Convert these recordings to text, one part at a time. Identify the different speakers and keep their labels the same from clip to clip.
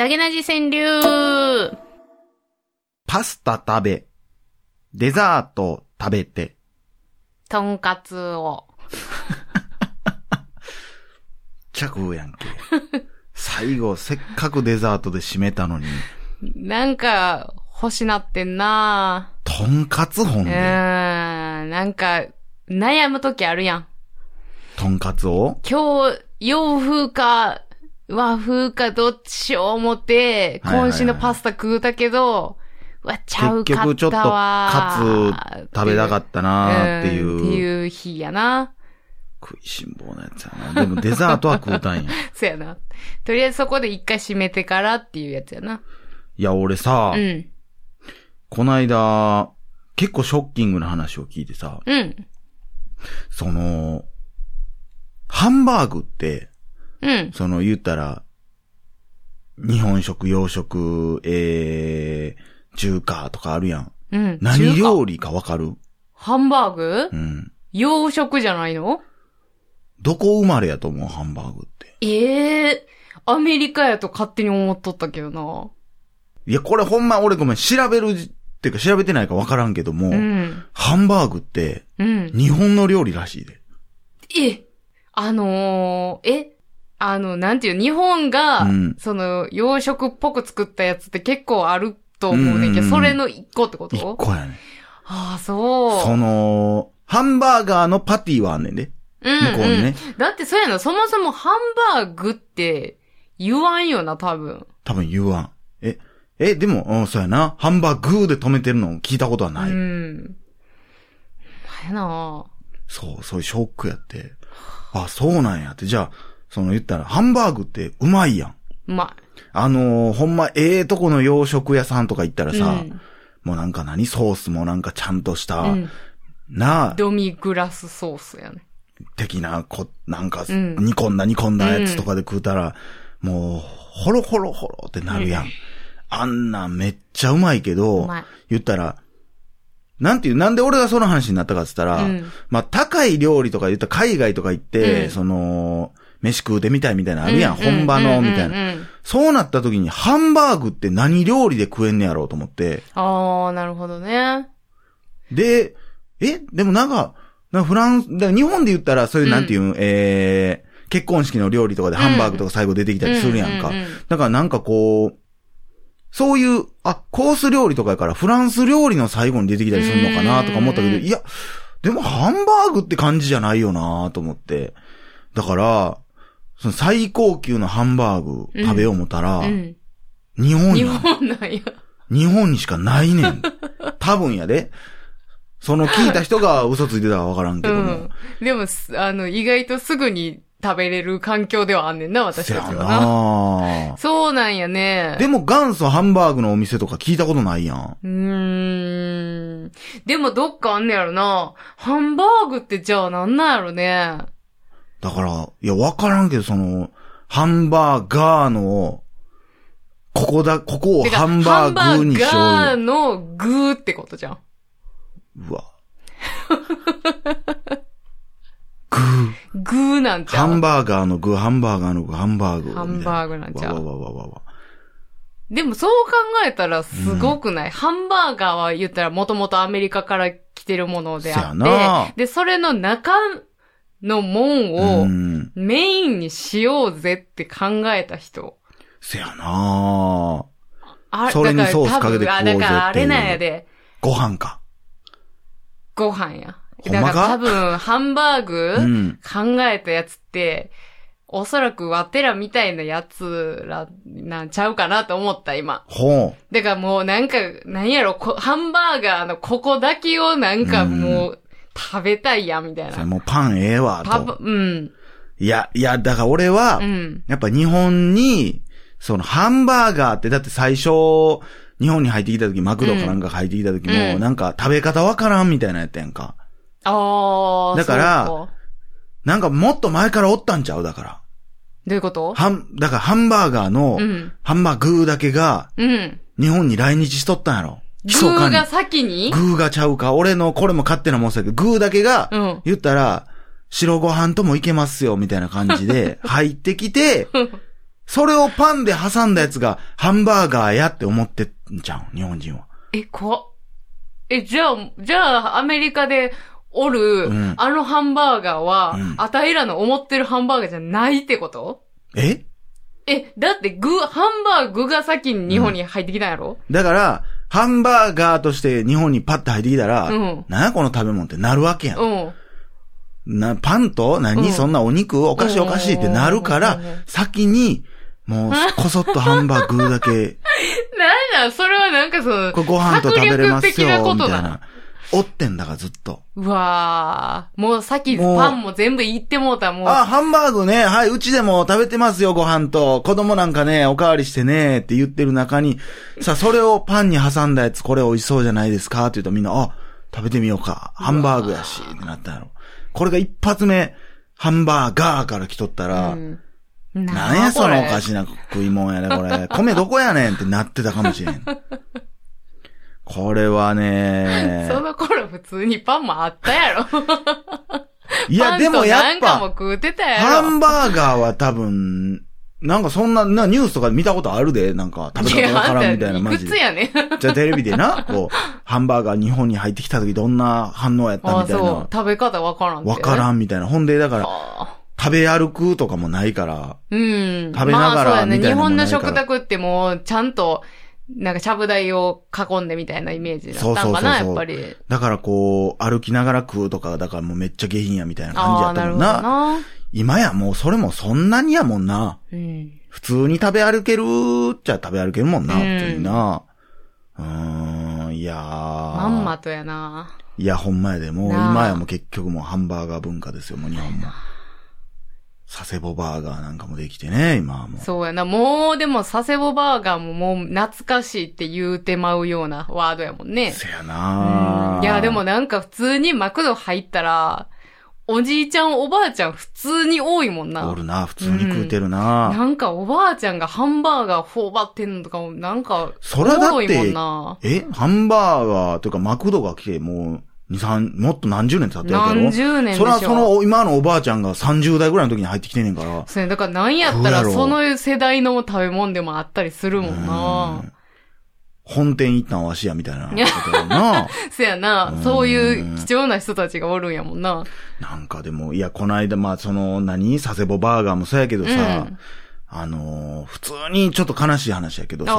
Speaker 1: 影なじ川柳。
Speaker 2: パスタ食べ、デザート食べて、
Speaker 1: とんかつを。
Speaker 2: 着やんけ。最後、せっかくデザートで締めたのに。
Speaker 1: なんか、欲しなってんな
Speaker 2: とんかつほんで。
Speaker 1: なんか、悩むときあるやん。
Speaker 2: とんかつを
Speaker 1: 今日、洋風か、和風かどっちしよう思って、今週のパスタ食うたけど、ちゃうかったわ。
Speaker 2: 結局ちょっとカツ食べたかったなーっていう。
Speaker 1: っていう日やな。
Speaker 2: 食いしん坊なやつやな。でもデザートは食うたんや。
Speaker 1: そうやな。とりあえずそこで一回締めてからっていうやつやな。
Speaker 2: いや、俺さ、こないだ、結構ショッキングな話を聞いてさ、ハンバーグって、言ったら、日本食、洋食、中華とかあるやん。何料理かわかる？
Speaker 1: ハンバーグ？洋食じゃないの？
Speaker 2: どこ生まれやと思う？ハンバーグって。
Speaker 1: アメリカやと勝手に思っとったけどな。
Speaker 2: いや、これほんま俺ごめん、調べるっていうか調べてないかわからんけども、ハンバーグって、日本の料理らしいで。なんていう、日本が、洋食っぽく作ったやつって結構あると思うねんけど、それの一個ってこと？ 一個やね。
Speaker 1: ああ、そう。
Speaker 2: ハンバーガーのパティはあんねんで。向こうにね。
Speaker 1: だってそうやな、そもそもハンバーグって言わんよな、多分
Speaker 2: 言わん。でも、そうやな。ハンバーグで止めてるの聞いたことはない。
Speaker 1: やな。
Speaker 2: そういうショックやって。あ、そうなんやって。じゃあ、言ったら、ハンバーグってうまいやん。
Speaker 1: うまい。
Speaker 2: ほんま、とこの洋食屋さんとか行ったらさ、もうなんかソースもなんかちゃんとした、
Speaker 1: ドミグラスソースやね。
Speaker 2: 的な、なんか、煮込んだやつとかで食うたら、もう、ホロホロホロってなるやん。あんなめっちゃうまいけど、言ったら、なんで俺がその話になったかって言ったら、まあ、高い料理とか言ったら海外とか行って、飯食うてみたいみたいなのあるやん、本場の、みたいな。そうなった時に、ハンバーグって何料理で食えんねやろうと思って。
Speaker 1: ああ、なるほどね。
Speaker 2: で、でもなんかフランス、日本で言ったら、そういうなんていう、結婚式の料理とかでハンバーグとか最後出てきたりするやんか。だからなんかこう、そういう、コース料理とかやからフランス料理の最後に出てきたりするのかなとか思ったけど、いや、でもハンバーグって感じじゃないよなと思って。だから、その最高級のハンバーグ食べよう思ったら、日本
Speaker 1: なんや。
Speaker 2: 日本にしかないねん。多分やで。聞いた人が嘘ついてたかわからんけども。
Speaker 1: でも、意外とすぐに食べれる環境ではあんねんな、私たちはな。そうなんやね。
Speaker 2: でも元祖ハンバーグのお店とか聞いたことないやん。
Speaker 1: でもどっかあんねやろな。ハンバーグってじゃあなんなんやろね。
Speaker 2: だから、いや、わからんけど、ハンバーガーの、ここをハンバーグにしようよ。
Speaker 1: ハンバーガーの具ってことじゃん。
Speaker 2: うわ。
Speaker 1: 具なんちゃう？
Speaker 2: ハンバーガーの具、ハンバーガーの具、ハンバーグ。
Speaker 1: ハンバーグなんちゃう？
Speaker 2: わ。
Speaker 1: でもそう考えたらすごくない？ハンバーガーは言ったらもともとアメリカから来てるものであって、で、それの中のもんをメインにしようぜって考えた人。
Speaker 2: せやなそれにソースかけて食おうぜっていう。
Speaker 1: だからあれなんやで。
Speaker 2: ご飯か。
Speaker 1: ご飯や。だから多分、ハンバーグ考えたやつって、おそらくワテらみたいなやつらなんちゃうかなと思った、今。だからもうなんやろ、ハンバーガーのここだけをなんかもう食べたいや、みたいな。
Speaker 2: もうパンわ、と。いや、だから俺は、やっぱ日本に、ハンバーガーって、だって最初、日本に入ってきた時、マクドかなんか入ってきた時も、なんか食べ方わからんみたいなやったやんか。だから、なんかもっと前からおったんちゃうだから。
Speaker 1: どういうこと？
Speaker 2: だからハンバーガーの、ハンバーグだけが、日本に来日しとったんやろ。
Speaker 1: グーが先に？
Speaker 2: グーがちゃうか。俺のこれも勝手なもんさけど、グーだけが、言ったら、白ご飯ともいけますよ、みたいな感じで、入ってきて、 それをパンで挟んだやつがハンバーガーやって思ってんじゃん、日本人は。
Speaker 1: 怖っ。じゃあ、アメリカでおる、あのハンバーガーは、あたいらの思ってるハンバーガーじゃないってこと？だってハンバーグが先に日本に入ってきたんやろ？
Speaker 2: だから、ハンバーガーとして日本にパッと入ってきたら、なんやこの食べ物ってなるわけやん。パンとそんなお肉おかしいってなるから、先に、もう、こそっとハンバーグだけ。
Speaker 1: なんそれはなんか
Speaker 2: これご飯と食べれますよ、みたいな。おってんだからずっと。
Speaker 1: うわー。もう先パンも全部言ってもうたもう。
Speaker 2: ハンバーグね、はい、うちでも食べてますよ、ご飯と。子供なんかね、おかわりしてね、って言ってる中に、さ、それをパンに挟んだやつ、これ美味しそうじゃないですかって言うとみんな、食べてみようか。ハンバーグやし、ってなったやろ。これが一発目、ハンバーガーから来とったら、なんやそのおかしな食い物やね、これ。米どこやねんってなってたかもしれん。これはね。
Speaker 1: その頃普通にパンもあったやろ。
Speaker 2: いや、でもやっぱ、
Speaker 1: なんかも食うてたやろ。
Speaker 2: ハンバーガーは多分、なんかそんな、ニュースとかで見たことあるで、なんか食べ方わからんみたいなマジで。
Speaker 1: いくつやねん。
Speaker 2: じゃあテレビでな、ハンバーガー日本に入ってきた時どんな反応やったみたいな。そう、
Speaker 1: 食べ方わからんって。
Speaker 2: わからんみたいな。ほんで、だから、食べ歩くとかもないから。食べながらみたいな。
Speaker 1: まあそうやね。日本の食卓ってもう、ちゃんと、なんか、ちゃぶ台を囲んでみたいなイメージだったんかな、やっぱり。
Speaker 2: だから歩きながら食うとか、だからもうめっちゃ下品やみたいな感じやったもんな。今やもうそれもそんなにやもんな。普通に食べ歩けるっちゃ食べ歩けるもんな、普通にな。いやー。
Speaker 1: まんまとやな。
Speaker 2: いや、ほんまやで、もう今やもう結局もうハンバーガー文化ですよ、もう日本も。佐世保バーガーなんかもできてね、今はもう。
Speaker 1: そうやな。もう、でも佐世保バーガーももう懐かしいって言うてまうようなワードやもんね。
Speaker 2: せやない
Speaker 1: や、でもなんか普通にマクド入ったら、おじいちゃんおばあちゃん普通に多いもんな。
Speaker 2: おるな、普通に食うてるな。
Speaker 1: なんかおばあちゃんがハンバーガー頬張ってんのとかもなんか、
Speaker 2: そらだって、
Speaker 1: おもろいもんな。
Speaker 2: ハンバーガーというかマクドが来てもう、もっと何十年経ってるけど。
Speaker 1: 何十年でしょ。
Speaker 2: そら今のおばあちゃんが30代ぐらいの時に入ってきてんねんから。
Speaker 1: そうや、だからなんやったらその世代の食べ物でもあったりするもんな。
Speaker 2: 本店行ったんわしやみたいなことやな。
Speaker 1: そうやな。そういう貴重な人たちがおるんやもんな。
Speaker 2: なんかでも、いや、この間、佐世保バーガーもそうやけどさ、普通にちょっと悲しい話やけどさ、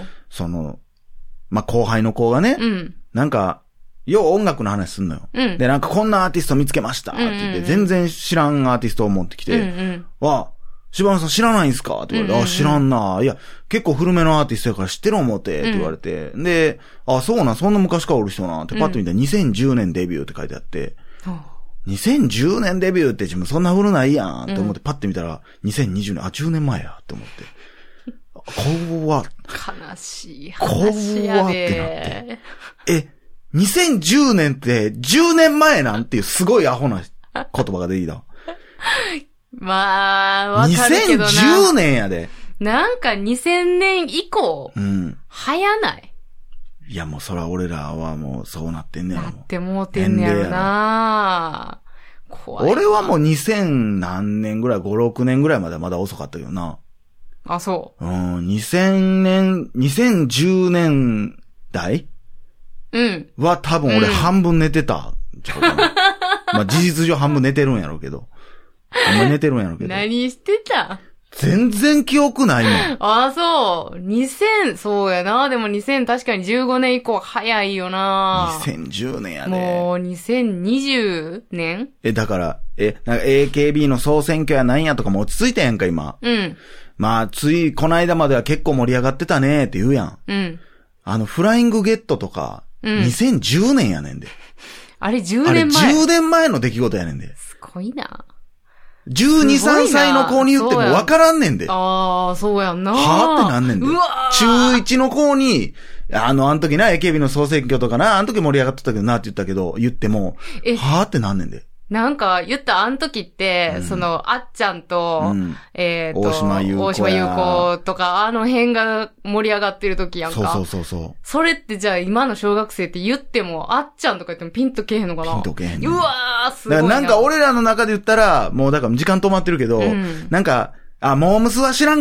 Speaker 2: 後輩の子がね、なんか、よう音楽の話すんのよ。で、なんかこんなアーティスト見つけましたって言って、全然知らんアーティストを持ってきて、柴野さん知らないんすかって言われて、知らんな。いや、結構古めのアーティストやから知ってる思ってって言われて、で、そうな、そんな昔からおる人なってパッと見たら2010年デビューって書いてあって、2010年デビューって自分そんな古ないやんって思ってパッて見たら、2020年、10年前やって思って。怖っ。
Speaker 1: 悲しい話やで。
Speaker 2: 怖ってなって。2010年って10年前なんっていうすごいアホな言葉が出てきた。
Speaker 1: まあ、わかるけどな。
Speaker 2: 2010年やで。
Speaker 1: なんか2000年以降、早ない？
Speaker 2: いやもうそら俺らはもうそうなってんねやろ。
Speaker 1: なってもうてんねやろな。怖い。
Speaker 2: 俺はもう2000何年ぐらい、5、6年ぐらいまではまだ遅かったけどな。
Speaker 1: あ、そう。
Speaker 2: 2010年代は多分俺半分寝てた。事実上半分寝てるんやろうけど。あんま寝てるんやろうけど。
Speaker 1: 何してた？
Speaker 2: 全然記憶ないもん。
Speaker 1: あ、そう。そうやな。でも確かに15年以降早いよな。
Speaker 2: 2010年やで。
Speaker 1: もう2020年？
Speaker 2: だから、なんか AKB の総選挙やなんやとかも落ち着いたやんか、今。この間までは結構盛り上がってたねって言うやん。フライングゲットとか、2010年やねんで。
Speaker 1: あれ10年前。
Speaker 2: あれ10年前の出来事やねんで。
Speaker 1: すごいな。
Speaker 2: 12、3歳の子に言っても分からんねんで。
Speaker 1: ああ、そうやんな。
Speaker 2: はぁってなんねんで。
Speaker 1: うわ
Speaker 2: 中1の子に、あの時な、AKB の総選挙とかな、あの時盛り上がってたけどなって言っても、はぁってなんねんで。
Speaker 1: なんか、あの時って、あっちゃんと、
Speaker 2: 大島優
Speaker 1: 子とか、あの辺が盛り上がってる時やんか。
Speaker 2: そう。
Speaker 1: それってじゃあ今の小学生って言っても、あっちゃんとか言ってもピンとけえへんのかな？
Speaker 2: ピンとけえへんね。
Speaker 1: うわー、すごいな。
Speaker 2: なんか俺らの中で言ったら、もうだから時間止まってるけど、なんか、モームスは知らんかっ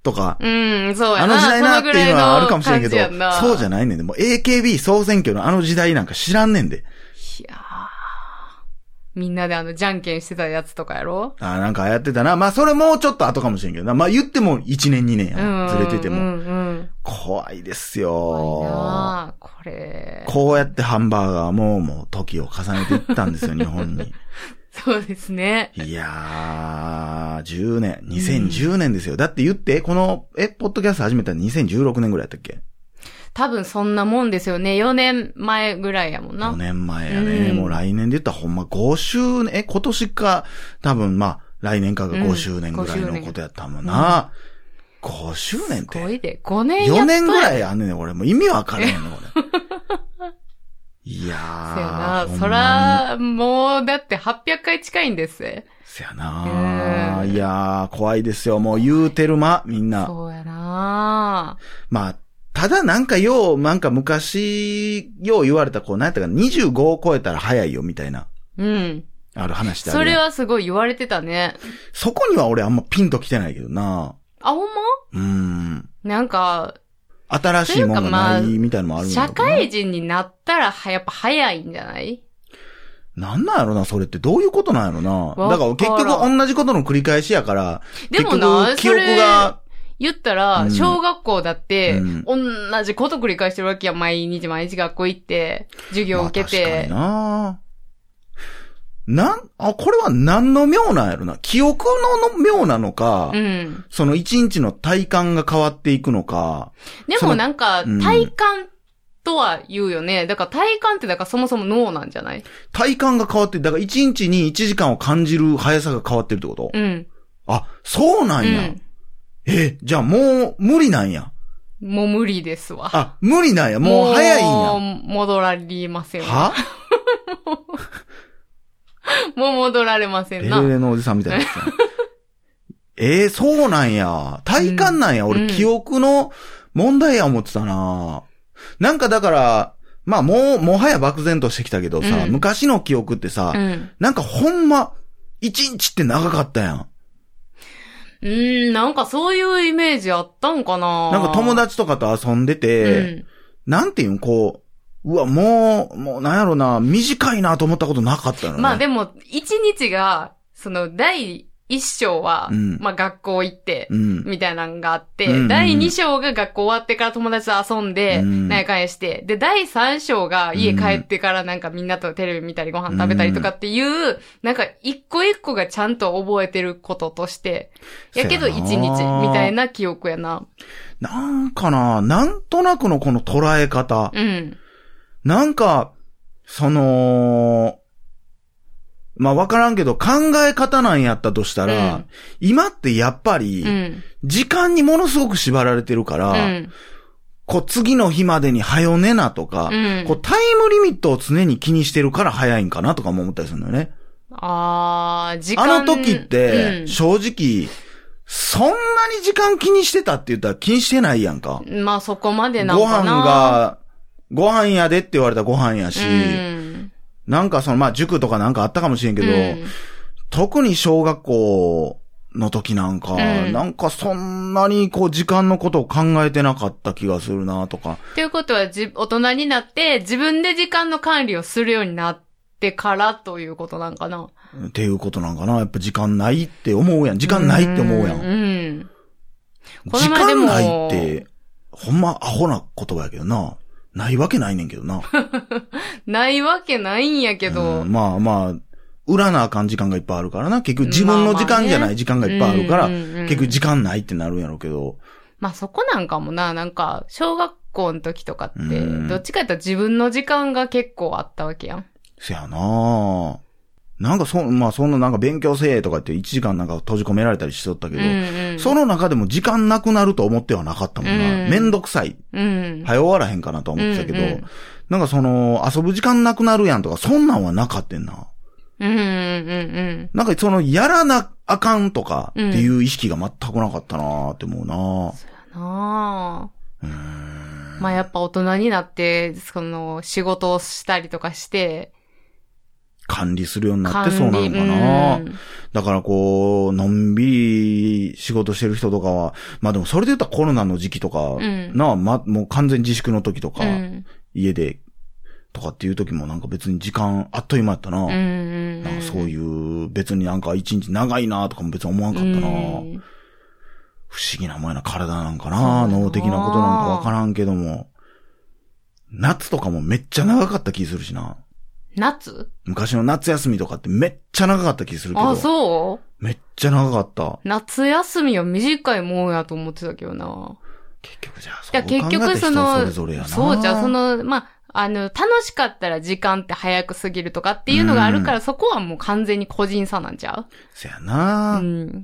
Speaker 2: とか。
Speaker 1: そうやな。
Speaker 2: あの時代なっていうのはあるかもしれんけど、
Speaker 1: そ
Speaker 2: そうじゃないねんで。もう AKB 総選挙のあの時代なんか知らんねんで。
Speaker 1: いやー。みんなでじゃんけんしてたやつとかやろ？
Speaker 2: なんかやってたな。まあそれもうちょっと後かもしれんけどな。まあ言っても1年2年やずれてても。怖いですよ。
Speaker 1: 怖いなこれ。
Speaker 2: こうやってハンバーガーもう時を重ねていったんですよ、日本に。
Speaker 1: そうですね。
Speaker 2: いやー、2010年ですよ。だって言って、ポッドキャスト始めたの2016年ぐらいやったっけ？
Speaker 1: 多分そんなもんですよね。4年前ぐらいやもんな。
Speaker 2: 4年前やね。もう来年で言ったらほんま5周年、今年か、多分来年かが5周年ぐらいのことやったもんな。5周年って。
Speaker 1: すごいで。5年やった。
Speaker 2: 4年ぐらいあんねんね、俺。もう意味わからへんねん、これ。いやー。
Speaker 1: せやな。そら、もう、だって800回近いんですぜ。
Speaker 2: せやなー。いやー、怖いですよ。もう言うてるみんな。
Speaker 1: そうやなー。
Speaker 2: ただなんか昔、言われたなんやったかな、25を超えたら早いよ、みたいな。ある話である。
Speaker 1: それはすごい言われてたね。
Speaker 2: そこには俺あんまピンと来てないけどな。
Speaker 1: あ、ほんま？なんか、
Speaker 2: 新しいものがないみたいなのもあるんだけど、
Speaker 1: 社会人になったらやっぱ早いんじゃない？
Speaker 2: なんなんやろな、それってどういうことなんやろな。だから結局同じことの繰り返しやから、
Speaker 1: でもな、
Speaker 2: 記憶が、
Speaker 1: 言ったら、小学校だって、同じこと繰り返してるわけや。毎日学校行って、授業受けて。
Speaker 2: 確かにな。これは何の妙なんやろな。記憶の妙なのか、その一日の体感が変わっていくのか。
Speaker 1: でもなんか、体感とは言うよね。だから体感ってそもそも脳なんじゃない？
Speaker 2: 体感が変わって、だから一日に1時間を感じる速さが変わってるってこと？あ、そうなんや。じゃあもう無理なんや。
Speaker 1: もう無理ですわ。
Speaker 2: あ、無理なんや。もう早いんや。
Speaker 1: もう戻られません
Speaker 2: わ。は
Speaker 1: もう戻られませんな。
Speaker 2: レレレのおじさんみたいな。そうなんや。体感なんや。俺、記憶の問題や思ってたな。なんかだから、もはや漠然としてきたけどさ、昔の記憶ってさ、なんかほんま、一日って長かったやん。
Speaker 1: なんかそういうイメージあったんかな。
Speaker 2: なんか友達とかと遊んでて、なんていうんうわ、もう、なんやろな、短いなと思ったことなかったのね。
Speaker 1: でも、一日が、第一章は、学校行って、みたいなのがあって、第二章が学校終わってから友達と遊んで、なんやかんやして、で、第三章が家帰ってからなんかみんなとテレビ見たりご飯食べたりとかっていう、なんか一個一個がちゃんと覚えてることとして、やけど一日みたいな記憶やな。
Speaker 2: なんかな、なんとなくのこの捉え方。なんか、わからんけど考え方なんやったとしたら、今ってやっぱり、時間にものすごく縛られてるから、次の日までに早寝なとか、タイムリミットを常に気にしてるから早いんかなとかも思ったりするのよね。
Speaker 1: 時間。
Speaker 2: あの時って、正直、そんなに時間気にしてたって言ったら気にしてないやんか。
Speaker 1: そこまでなんか
Speaker 2: な。ご飯やでって言われたらご飯やし、なんか塾とかなんかあったかもしれんけど、特に小学校の時なんか、なんかそんなに時間のことを考えてなかった気がするなとか。
Speaker 1: っていうことは大人になって自分で時間の管理をするようになってからということなんかな。
Speaker 2: っていうことなんかな。やっぱ時間ないって思うやん。時間ないって思うやん。時間ないって、ほんまアホな言葉やけどな。ないわけないねんけどな。
Speaker 1: ないわけないんやけど。
Speaker 2: 売らなあかん時間がいっぱいあるからな。結局自分の時間じゃない時間がいっぱいあるから、結局時間ないってなるんやろうけど。
Speaker 1: そこなんかもな、なんか、小学校の時とかって、どっちか言ったら自分の時間が結構あったわけやん。
Speaker 2: せやななんかそんななんか勉強せえとかって1時間なんか閉じ込められたりしとったけど、その中でも時間なくなると思ってはなかったもんな。めんどくさい。早終わらへんかなと思ってたけど、なんか遊ぶ時間なくなるやんとか、そんなんはなかったんな。なんかやらなあかんとかっていう意識が全くなかったなーって思うな。
Speaker 1: そうやなやっぱ大人になって、仕事をしたりとかして、
Speaker 2: 管理するようになってそうなのかな。だからこう、のんびり仕事してる人とかは、まあでもそれで言ったらコロナの時期とか、もう完全自粛の時とか、家で、とかっていう時もなんか別に時間あっという間やったな。なんかそういう別になんか一日長いなとかも別に思わんかったな。不思議なもんやな、体なんかな。脳的なことなんかわからんけども。夏とかもめっちゃ長かった気するしな。
Speaker 1: 夏？
Speaker 2: 昔の夏休みとかってめっちゃ長かった気するけど。
Speaker 1: あ、そう？
Speaker 2: めっちゃ長かった。
Speaker 1: 夏休みは短いもんやと思ってたけどな。
Speaker 2: 結局じゃあそう考えたら人それぞれやな。
Speaker 1: そうじゃあまあ、楽しかったら時間って早く過ぎるとかっていうのがあるから、そこはもう完全に個人差なんちゃう？
Speaker 2: そやな。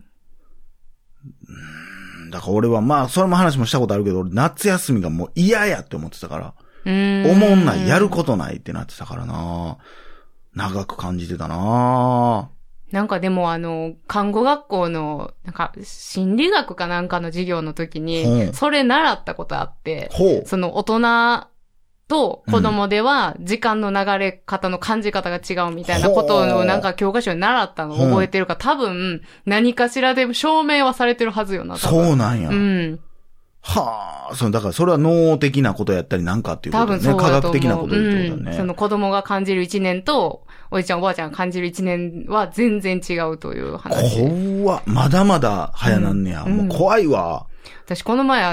Speaker 2: だから俺はまあ、それも話もしたことあるけど、俺夏休みがもう嫌やって思ってたから。思んない、やることないってなってたからな。長く感じてたな。
Speaker 1: なんかでも看護学校の、なんか、心理学かなんかの授業の時に、それ習ったことあって、その大人と子供では時間の流れ方の感じ方が違うみたいなことをなんか教科書に習ったのを覚えてるから、多分何かしらで証明はされてるはずよな。
Speaker 2: そうなんや。はあ、だからそれは脳的なことやったりなんかっていうことだね。多分そうだと思う。科学的なことってことだね。
Speaker 1: その子供が感じる一年と、おじちゃんおばあちゃんが感じる一年は全然違うという話。
Speaker 2: 怖っ。まだまだ早なんねや。もう怖いわ。
Speaker 1: 私この前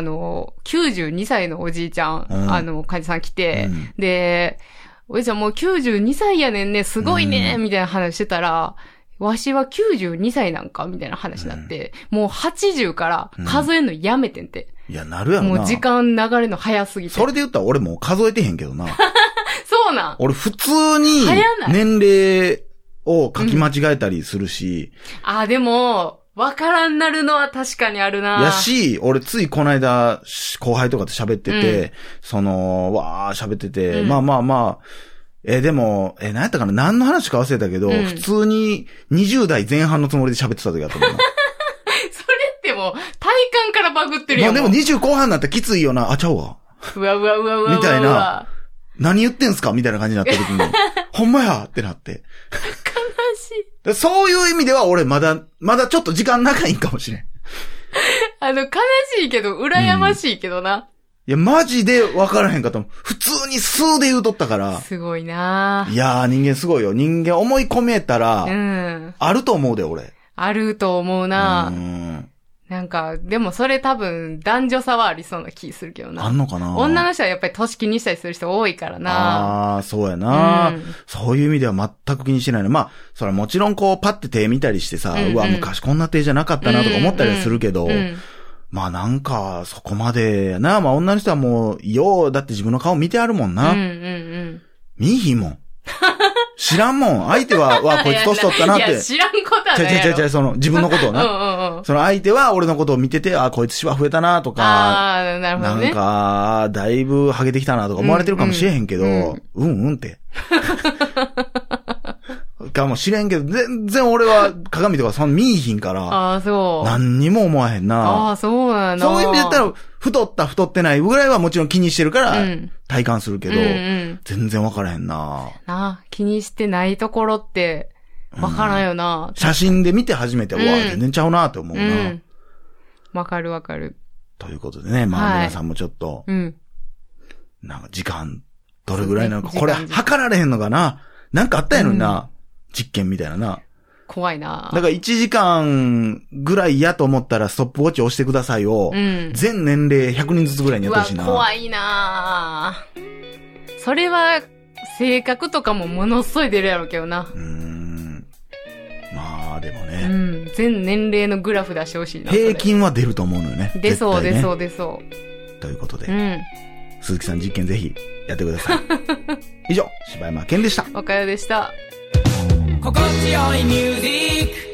Speaker 1: 92歳のおじいちゃん、患者さん来て、で、おじいちゃんもう92歳やねんね、すごいね、みたいな話してたら、わしは92歳なんかみたいな話になって、もう80から数えんのやめてんて。
Speaker 2: いや、なるやろな。
Speaker 1: もう時間流れの早すぎて。
Speaker 2: それで言ったら俺もう数えてへんけどな。
Speaker 1: そうなん。
Speaker 2: 俺普通に年齢を書き間違えたりするし。
Speaker 1: でも、わからんなるのは確かにあるな。
Speaker 2: やし、俺ついこの間、後輩とかと喋ってて、喋ってて、まあ、でも、何やったかな、何の話か忘れたけど、普通に20代前半のつもりで喋ってた時だったもんな。
Speaker 1: それってもう、体感からバグってるよ。
Speaker 2: まあでも20後半になったらきついよな。ちゃうわ。
Speaker 1: うわ。
Speaker 2: みたいな。何言ってんすかみたいな感じになった時に、ほんまやってなって。
Speaker 1: 悲しい。
Speaker 2: そういう意味では俺まだちょっと時間長いんかもしれん。
Speaker 1: 悲しいけど、羨ましいけどな。
Speaker 2: いや、マジで分からへんかったもん。普通に数で言うとったから。
Speaker 1: すごいない
Speaker 2: やー、人間すごいよ。人間思い込めたら、あると思うで、俺。
Speaker 1: あると思うな。なんか、でもそれ多分男女差はありそうな気するけどな。
Speaker 2: あんのかな。
Speaker 1: 女の人はやっぱり年気にしたりする人多いからな。
Speaker 2: そうやな、そういう意味では全く気にしてないの。まあ、それはもちろんこうパッて手見たりしてさ、うわ、昔こんな手じゃなかったなとか思ったりはするけど、まあなんか、そこまでやな。まあ女の人はもう、だって自分の顔見てあるもんな。見いひんもん。知らんもん。相手は、こいつ年取ったなって。
Speaker 1: いや、知らんことはないやろ。
Speaker 2: 違う、自分のことをな。その相手は俺のことを見てて、こいつシワ増えたなとか。
Speaker 1: なるほどね。
Speaker 2: なんか、だいぶハゲてきたなとか思われてるかもしれへんけど、って。かもしれんけど、全然俺は鏡とかそんな見いひんから。
Speaker 1: そう。
Speaker 2: 何にも思わへんな。
Speaker 1: そうなの。
Speaker 2: そういう意味で言ったら、太った太ってないぐらいはもちろん気にしてるから、体感するけど、全然わからへんな。
Speaker 1: 気にしてないところって、わからんよな。
Speaker 2: 写真で見て初めて、全然ちゃうなって思うな。
Speaker 1: わかる。
Speaker 2: ということでね、まあ皆さんもちょっと、なんか時間、どれぐらいなのか、これ測られへんのかな。なんかあったやのにな。実験みたいなな。
Speaker 1: 怖いな。
Speaker 2: だから1時間ぐらいやと思ったらストップウォッチ押してくださいを、全年齢100人ずつぐらいにやってほしいな。
Speaker 1: 怖いな。それは、性格とかもものすごい出るやろうけどな。
Speaker 2: まあでもね。
Speaker 1: 全年齢のグラフ出してほしいな。
Speaker 2: 平均は出ると思うのよね。
Speaker 1: 出そう。と
Speaker 2: いうことで。鈴木さん実験ぜひやってください。以上、柴山健でした。
Speaker 1: 岡谷でした。
Speaker 3: 心地よいミュージック